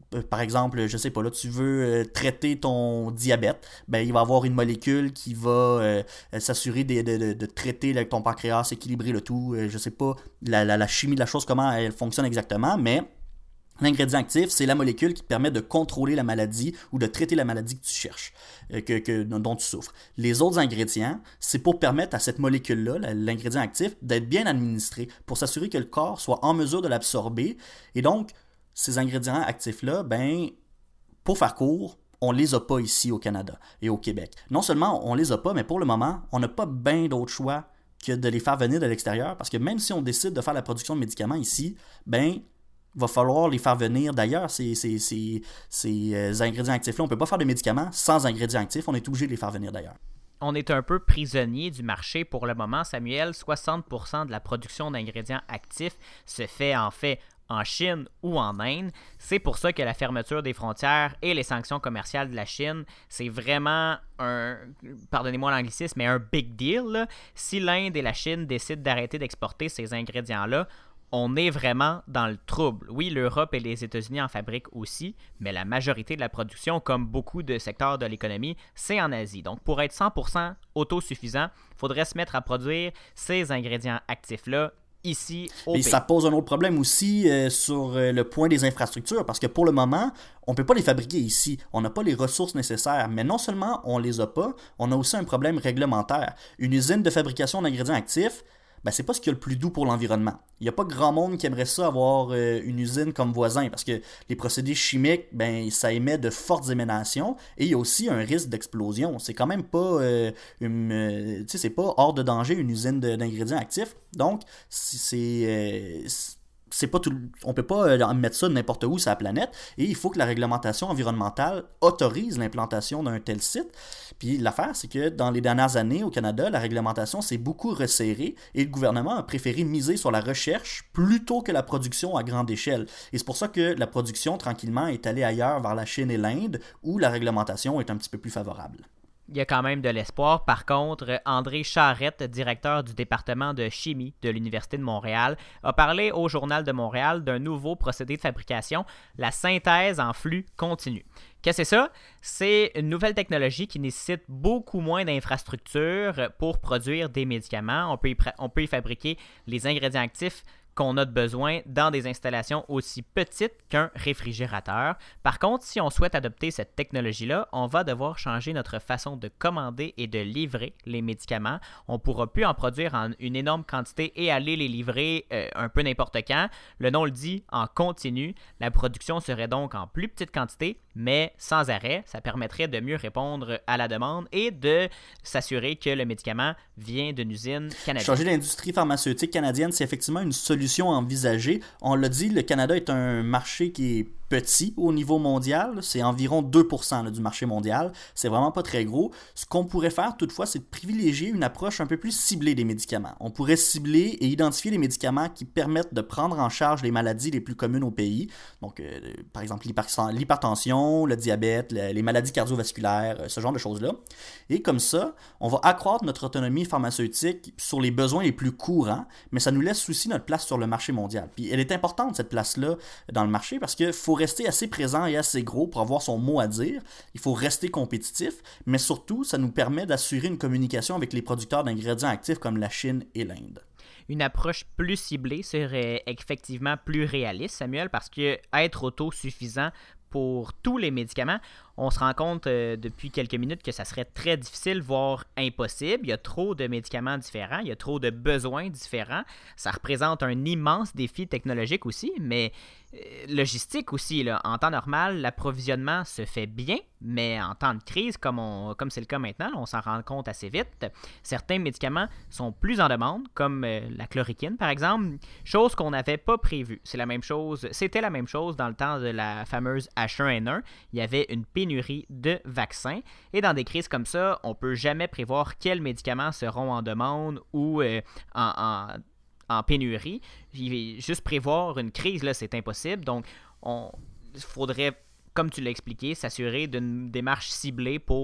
par exemple, je sais pas, là, tu veux euh, traiter ton diabète, ben il va y avoir une molécule qui va euh, s'assurer de, de, de, de traiter là, ton pancréas, équilibrer le tout. Euh, je sais pas la, la, la chimie de la chose, comment elle fonctionne exactement, mais l'ingrédient actif, c'est la molécule qui te permet de contrôler la maladie ou de traiter la maladie que tu cherches, euh, que, que, dont tu souffres. Les autres ingrédients, c'est pour permettre à cette molécule-là, l'ingrédient actif, d'être bien administré, pour s'assurer que le corps soit en mesure de l'absorber. Et donc, ces ingrédients actifs-là, ben, pour faire court, on les a pas ici au Canada et au Québec. Non seulement on les a pas, mais pour le moment, on n'a pas bien d'autres choix que de les faire venir de l'extérieur, parce que même si on décide de faire la production de médicaments ici, ben, va falloir les faire venir d'ailleurs, ces, ces, ces, ces ingrédients actifs-là. On ne peut pas faire de médicaments sans ingrédients actifs, on est obligé de les faire venir d'ailleurs. On est un peu prisonnier du marché pour le moment, Samuel. soixante pour cent de la production d'ingrédients actifs se fait en fait en Chine ou en Inde. C'est pour ça que la fermeture des frontières et les sanctions commerciales de la Chine, c'est vraiment un, pardonnez-moi l'anglicisme, mais un big deal, là. Si l'Inde et la Chine décident d'arrêter d'exporter ces ingrédients-là, on est vraiment dans le trouble. Oui, l'Europe et les États-Unis en fabriquent aussi, mais la majorité de la production, comme beaucoup de secteurs de l'économie, c'est en Asie. Donc, pour être cent pour cent autosuffisant, il faudrait se mettre à produire ces ingrédients actifs-là ici au pays. Et ça pose un autre problème aussi euh, sur euh, le point des infrastructures, parce que pour le moment, on ne peut pas les fabriquer ici. On n'a pas les ressources nécessaires. Mais non seulement on les a pas, on a aussi un problème réglementaire. Une usine de fabrication d'ingrédients actifs, ben, c'est pas ce qu'il y a le plus doux pour l'environnement. Il n'y a pas grand monde qui aimerait ça avoir euh, une usine comme voisin, parce que les procédés chimiques, ben, ça émet de fortes émanations, et il y a aussi un risque d'explosion. C'est quand même pas, euh, une, euh, tu sais, c'est pas hors de danger une usine de, d'ingrédients actifs. Donc, c'est... Euh, c'est pas tout, on peut pas mettre ça n'importe où sur la planète, et il faut que la réglementation environnementale autorise l'implantation d'un tel site. Puis l'affaire, c'est que dans les dernières années au Canada, la réglementation s'est beaucoup resserrée et le gouvernement a préféré miser sur la recherche plutôt que la production à grande échelle. Et c'est pour ça que la production, tranquillement, est allée ailleurs vers la Chine et l'Inde, où la réglementation est un petit peu plus favorable. Il y a quand même de l'espoir. Par contre, André Charette, directeur du département de chimie de l'Université de Montréal, a parlé au Journal de Montréal d'un nouveau procédé de fabrication, la synthèse en flux continu. Qu'est-ce que c'est ça? C'est une nouvelle technologie qui nécessite beaucoup moins d'infrastructures pour produire des médicaments. On peut y, on peut y fabriquer les ingrédients actifs qu'on a de besoin dans des installations aussi petites qu'un réfrigérateur. Par contre, si on souhaite adopter cette technologie-là, on va devoir changer notre façon de commander et de livrer les médicaments. On ne pourra plus en produire en une énorme quantité et aller les livrer euh, un peu n'importe quand. Le nom le dit, en continu. La production serait donc en plus petite quantité, mais sans arrêt. Ça permettrait de mieux répondre à la demande et de s'assurer que le médicament vient d'une usine canadienne. Changer l'industrie pharmaceutique canadienne, c'est effectivement une solution envisagée. On l'a dit, le Canada est un marché qui est petit au niveau mondial. C'est environ deux pour cent là, du marché mondial. C'est vraiment pas très gros. Ce qu'on pourrait faire toutefois, c'est de privilégier une approche un peu plus ciblée des médicaments. On pourrait cibler et identifier les médicaments qui permettent de prendre en charge les maladies les plus communes au pays. Donc, euh, par exemple, l'hypertension, le diabète, les maladies cardiovasculaires, ce genre de choses-là. Et comme ça, on va accroître notre autonomie pharmaceutique sur les besoins les plus courants, mais ça nous laisse aussi notre place sur le marché mondial. Puis elle est importante, cette place-là, dans le marché, parce qu'il faut rester assez présent et assez gros pour avoir son mot à dire. Il faut rester compétitif, mais surtout, ça nous permet d'assurer une communication avec les producteurs d'ingrédients actifs comme la Chine et l'Inde. Une approche plus ciblée serait effectivement plus réaliste, Samuel, parce que être autosuffisant pour tous les médicaments, on se rend compte euh, depuis quelques minutes que ça serait très difficile, voire impossible. Il y a trop de médicaments différents, il y a trop de besoins différents. Ça représente un immense défi technologique aussi, mais euh, logistique aussi. Là. En temps normal, l'approvisionnement se fait bien, mais en temps de crise, comme, on, comme c'est le cas maintenant, on s'en rend compte assez vite. Certains médicaments sont plus en demande, comme euh, la chloroquine par exemple, chose qu'on n'avait pas prévue. C'est la même chose, c'était la même chose dans le temps de la fameuse H un N un. Il y avait une pénurie de vaccins. Et dans des crises comme ça, on ne peut jamais prévoir quels médicaments seront en demande ou euh, en, en, en pénurie. Juste prévoir une crise, là, c'est impossible. Donc, il faudrait, comme tu l'as expliqué, s'assurer d'une démarche ciblée pour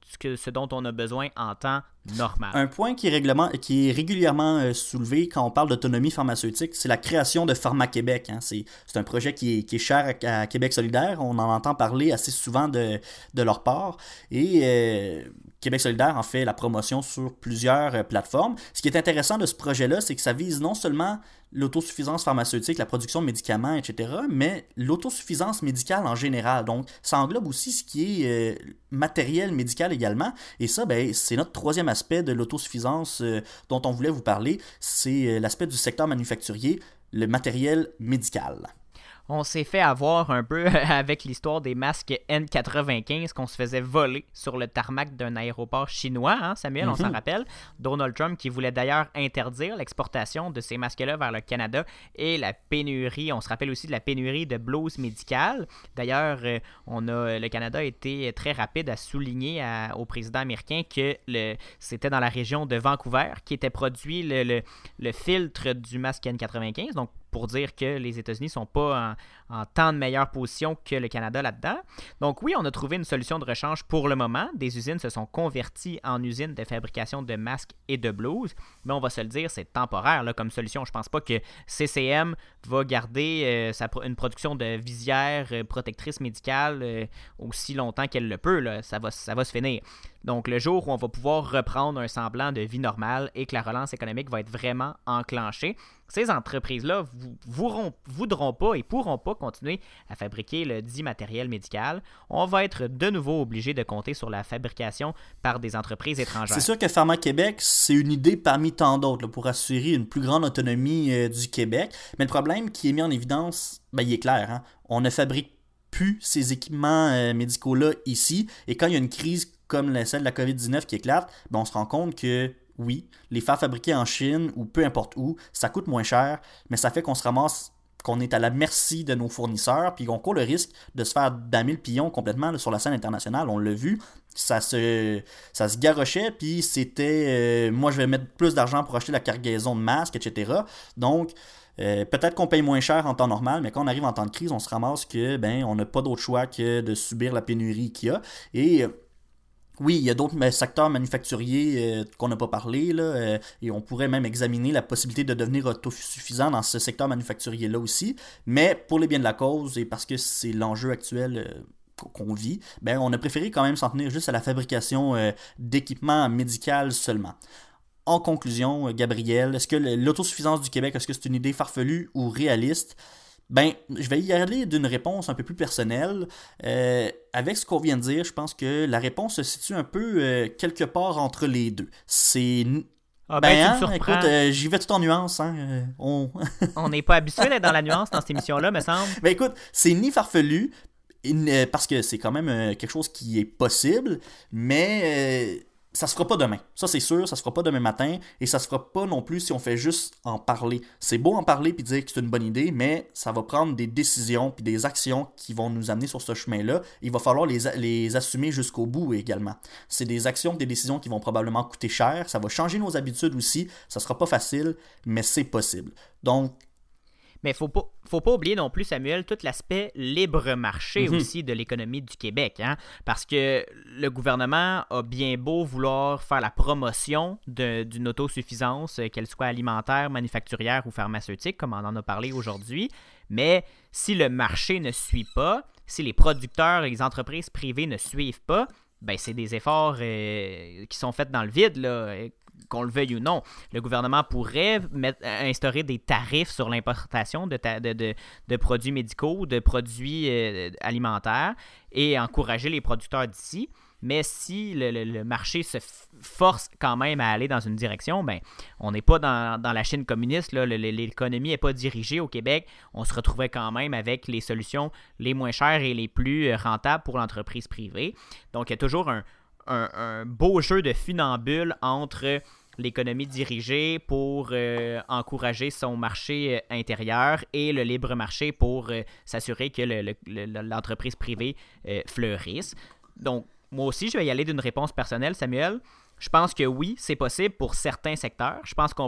ce, que, ce dont on a besoin en temps normal. Un point qui est, règlement, qui est régulièrement euh, soulevé quand on parle d'autonomie pharmaceutique, c'est la création de Pharma-Québec. Hein. C'est, c'est un projet qui est, qui est cher à, à Québec solidaire. On en entend parler assez souvent de, de leur part. Et euh, Québec solidaire en fait la promotion sur plusieurs euh, plateformes. Ce qui est intéressant de ce projet-là, c'est que ça vise non seulement l'autosuffisance pharmaceutique, la production de médicaments, et cetera, mais l'autosuffisance médicale en général. Donc, ça englobe aussi ce qui est euh, matériel médical également. Et ça, ben, c'est notre troisième aspect de l'autosuffisance euh, dont on voulait vous parler. C'est euh, l'aspect du secteur manufacturier, le matériel médical. On s'est fait avoir un peu avec l'histoire des masques N quatre-vingt-quinze qu'on se faisait voler sur le tarmac d'un aéroport chinois, hein, Samuel, mm-hmm. on s'en rappelle. Donald Trump qui voulait d'ailleurs interdire l'exportation de ces masques-là vers le Canada et la pénurie, on se rappelle aussi de la pénurie de blouses médicales. D'ailleurs, euh, on a, le Canada a été très rapide à souligner à, au président américain que le, c'était dans la région de Vancouver qu'était produit le, le, le filtre du masque N quatre-vingt-quinze, donc pour dire que les États-Unis ne sont pas en, en tant de meilleure position que le Canada là-dedans. Donc oui, on a trouvé une solution de rechange pour le moment. Des usines se sont converties en usines de fabrication de masques et de blouses, mais on va se le dire, c'est temporaire là, comme solution. Je ne pense pas que C C M va garder euh, sa, une production de visières euh, protectrices médicales euh, aussi longtemps qu'elle le peut. Là. Ça va, ça va se finir. Donc, le jour où on va pouvoir reprendre un semblant de vie normale et que la relance économique va être vraiment enclenchée, ces entreprises-là ne voudront, voudront pas et pourront pas continuer à fabriquer le dit matériel médical. On va être de nouveau obligé de compter sur la fabrication par des entreprises étrangères. C'est sûr que Pharma-Québec, c'est une idée parmi tant d'autres là, pour assurer une plus grande autonomie euh, du Québec. Mais le problème qui est mis en évidence, ben, il est clair. Hein? On ne fabrique plus ces équipements euh, médicaux-là ici. Et quand il y a une crise comme celle de la covid dix-neuf qui éclate, ben on se rend compte que oui, les faire fabriquer en Chine ou peu importe où, ça coûte moins cher, mais ça fait qu'on se ramasse, qu'on est à la merci de nos fournisseurs, puis qu'on court le risque de se faire damer le pion complètement là, sur la scène internationale. On l'a vu, ça se, ça se garochait, puis c'était euh, moi je vais mettre plus d'argent pour acheter la cargaison de masques, et cetera. Donc, Euh, peut-être qu'on paye moins cher en temps normal, mais quand on arrive en temps de crise, on se ramasse que ben on n'a pas d'autre choix que de subir la pénurie qu'il y a. Et euh, oui, il y a d'autres secteurs manufacturiers euh, qu'on n'a pas parlé, là, euh, et on pourrait même examiner la possibilité de devenir autosuffisant dans ce secteur manufacturier-là aussi. Mais pour les biens de la cause, et parce que c'est l'enjeu actuel euh, qu'on vit, ben on a préféré quand même s'en tenir juste à la fabrication euh, d'équipements médicaux seulement. En conclusion, Gabriel, est-ce que l'autosuffisance du Québec, est-ce que c'est une idée farfelue ou réaliste? Ben, je vais y aller d'une réponse un peu plus personnelle. Euh, avec ce qu'on vient de dire, je pense que la réponse se situe un peu euh, quelque part entre les deux. C'est... Ah ben, ben tu me hein, écoute, euh, j'y vais tout en nuance. Hein, euh, on on n'est pas habitué d'être dans la nuance dans cette émission-là, me semble. Ben écoute, c'est ni farfelu, euh, parce que c'est quand même euh, quelque chose qui est possible, mais... Euh, ça se fera pas demain. Ça, c'est sûr, ça se fera pas demain matin. Et ça se fera pas non plus si on fait juste en parler. C'est beau en parler puis dire que c'est une bonne idée, mais ça va prendre des décisions puis des actions qui vont nous amener sur ce chemin-là. Il va falloir les, les assumer jusqu'au bout également. C'est des actions, des décisions qui vont probablement coûter cher. Ça va changer nos habitudes aussi. Ça sera pas facile, mais c'est possible. Donc, mais il ne faut pas, faut pas oublier non plus, Samuel, tout l'aspect libre marché mm-hmm. aussi de l'économie du Québec. Hein? Parce que le gouvernement a bien beau vouloir faire la promotion de, d'une autosuffisance, qu'elle soit alimentaire, manufacturière ou pharmaceutique, comme on en a parlé aujourd'hui. Mais si le marché ne suit pas, si les producteurs et les entreprises privées ne suivent pas, ben c'est des efforts euh, qui sont faits dans le vide, là, qu'on le veuille ou non. Le gouvernement pourrait mettre, instaurer des tarifs sur l'importation de, ta, de, de, de produits médicaux, de produits euh, alimentaires et encourager les producteurs d'ici. Mais si le, le, le marché se force quand même à aller dans une direction, ben, on n'est pas dans, dans la Chine communiste, là, l'économie n'est pas dirigée au Québec. On se retrouvait quand même avec les solutions les moins chères et les plus rentables pour l'entreprise privée. Donc, il y a toujours un, un, un beau jeu de funambule entre l'économie dirigée pour euh, encourager son marché euh, intérieur et le libre marché pour euh, s'assurer que le, le, le, l'entreprise privée euh, fleurisse. Donc, moi aussi, je vais y aller d'une réponse personnelle, Samuel. Je pense que oui, c'est possible pour certains secteurs. Je pense qu'on peut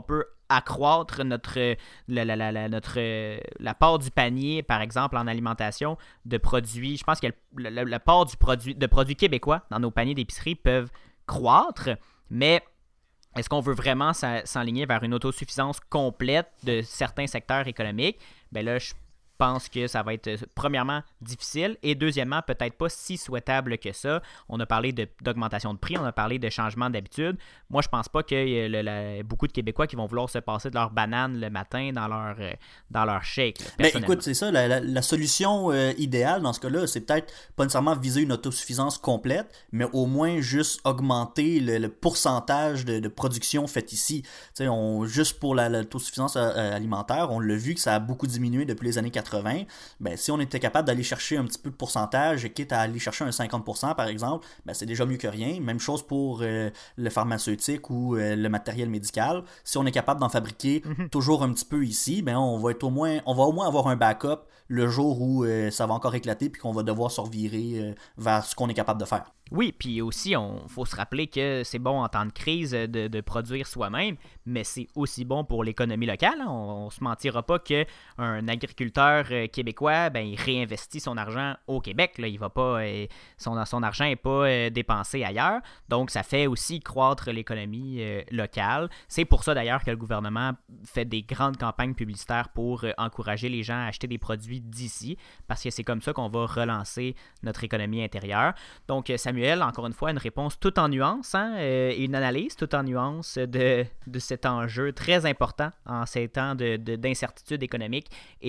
accroître notre, la, la, la, la, notre, la part du panier, par exemple, en alimentation, de produits. Je pense que la, la, la part du produit, de produits québécois dans nos paniers d'épicerie peuvent croître, mais est-ce qu'on veut vraiment s'enligner vers une autosuffisance complète de certains secteurs économiques? Bien là, je pense que ça va être, premièrement, difficile et deuxièmement, peut-être pas si souhaitable que ça. On a parlé de, d'augmentation de prix, on a parlé de changement d'habitude. Moi, je pense pas qu'il y ait beaucoup de Québécois qui vont vouloir se passer de leur banane le matin dans leur, dans leur shake. Là, ben, écoute, c'est ça, la, la, la solution euh, idéale dans ce cas-là, c'est peut-être pas nécessairement viser une autosuffisance complète, mais au moins juste augmenter le, le pourcentage de, de production faite ici. Tu sais, on, juste pour la, l'autosuffisance euh, alimentaire, on l'a vu que ça a beaucoup diminué depuis les années quatre-vingts. Ben, si on était capable d'aller chercher un petit peu de pourcentage, quitte à aller chercher un cinquante pour cent par exemple, ben, c'est déjà mieux que rien. Même chose pour euh, le pharmaceutique ou euh, le matériel médical. Si on est capable d'en fabriquer mm-hmm. toujours un petit peu ici, ben, on va être au moins, on va au moins avoir un backup le jour où euh, ça va encore éclater puis qu'on va devoir se revirer euh, vers ce qu'on est capable de faire. Oui, puis aussi, il faut se rappeler que c'est bon en temps de crise de, de produire soi-même, mais c'est aussi bon pour l'économie locale. Hein. On ne se mentira pas qu'un agriculteur québécois, ben, il réinvestit son argent au Québec. Là. Il va pas, euh, son, son argent n'est pas euh, dépensé ailleurs. Donc, ça fait aussi croître l'économie euh, locale. C'est pour ça, d'ailleurs, que le gouvernement fait des grandes campagnes publicitaires pour euh, encourager les gens à acheter des produits d'ici, parce que c'est comme ça qu'on va relancer notre économie intérieure. Donc, Samuel, encore une fois, une réponse tout en nuances hein, euh, et une analyse tout en nuances de, de cet enjeu très important en ces temps de, de, d'incertitude économique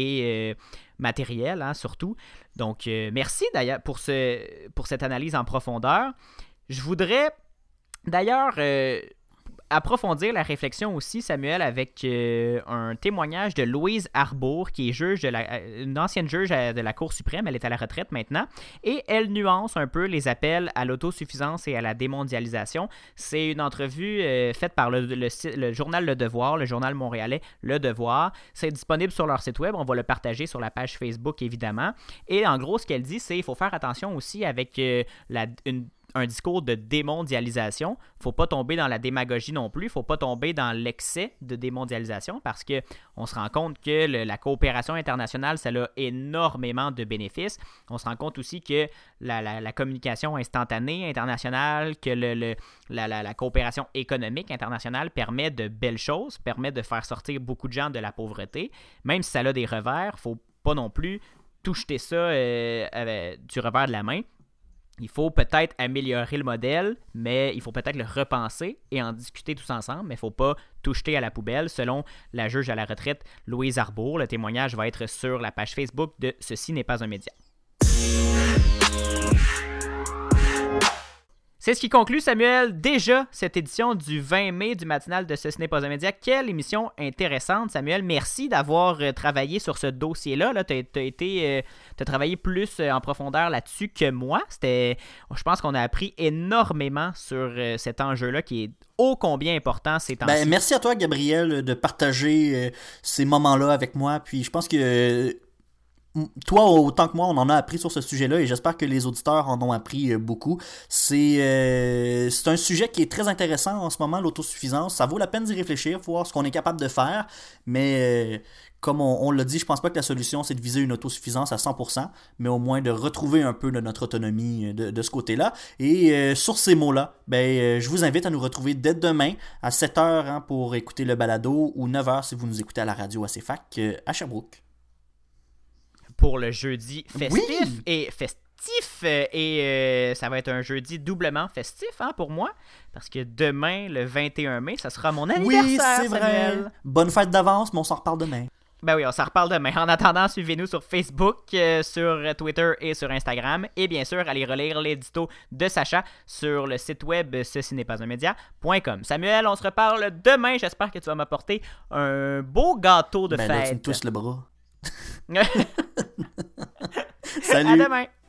et euh, matérielle, hein, surtout. Donc, euh, merci d'ailleurs pour, ce, pour cette analyse en profondeur. Je voudrais d'ailleurs euh, approfondir la réflexion aussi, Samuel, avec euh, un témoignage de Louise Arbour, qui est juge de la, une ancienne juge de la Cour suprême. Elle est à la retraite maintenant. Et elle nuance un peu les appels à l'autosuffisance et à la démondialisation. C'est une entrevue euh, faite par le, le, le journal Le Devoir, le journal montréalais Le Devoir. C'est disponible sur leur site web. On va le partager sur la page Facebook, évidemment. Et en gros, ce qu'elle dit, c'est qu'il faut faire attention aussi avec euh, la, une un discours de démondialisation. Il ne faut pas tomber dans la démagogie non plus. Il ne faut pas tomber dans l'excès de démondialisation parce qu'on se rend compte que le, la coopération internationale, ça a énormément de bénéfices. On se rend compte aussi que la, la, la communication instantanée internationale, que le, le, la, la, la coopération économique internationale permet de belles choses, permet de faire sortir beaucoup de gens de la pauvreté. Même si ça a des revers, il ne faut pas non plus tout jeter ça euh, euh, du revers de la main. Il faut peut-être améliorer le modèle, mais il faut peut-être le repenser et en discuter tous ensemble, mais il ne faut pas tout jeter à la poubelle. Selon la juge à la retraite, Louise Arbour, le témoignage va être sur la page Facebook de Ceci n'est pas un média. C'est ce qui conclut, Samuel, déjà cette édition du vingt mai du matinal de Ceci n'est pas un média. Quelle émission intéressante, Samuel. Merci d'avoir euh, travaillé sur ce dossier-là. Là, tu as été, euh, t'as travaillé plus euh, en profondeur là-dessus que moi. C'était, je pense qu'on a appris énormément sur euh, cet enjeu-là qui est ô combien important ces temps-ci. Ben, merci à toi, Gabriel, de partager euh, ces moments-là avec moi. Puis je pense que... Euh... Toi, autant que moi, on en a appris sur ce sujet-là et j'espère que les auditeurs en ont appris beaucoup. C'est, euh, c'est un sujet qui est très intéressant en ce moment, l'autosuffisance. Ça vaut la peine d'y réfléchir, voir ce qu'on est capable de faire. Mais euh, comme on, on l'a dit, je pense pas que la solution, c'est de viser une autosuffisance à cent pour cent, mais au moins de retrouver un peu de notre autonomie de, de ce côté-là. Et euh, sur ces mots-là, ben, euh, je vous invite à nous retrouver dès demain à sept heures hein, pour écouter le balado ou neuf heures si vous nous écoutez à la radio à C F A C euh, à Sherbrooke. Pour le jeudi festif oui! et festif et euh, ça va être un jeudi doublement festif hein, pour moi parce que demain le vingt et un mai ça sera mon anniversaire. Oui, c'est Samuel. vrai. Bonne fête d'avance, mais on s'en reparle demain. Ben oui, on s'en reparle demain. En attendant, suivez-nous sur Facebook, euh, sur Twitter et sur Instagram. Et bien sûr, allez relire l'édito de Sacha sur le site web ceci n'est pas un média point com. Samuel, on se reparle demain. J'espère que tu vas m'apporter un beau gâteau de ben fête. Là, tu me tousses le bras. Salut. À demain.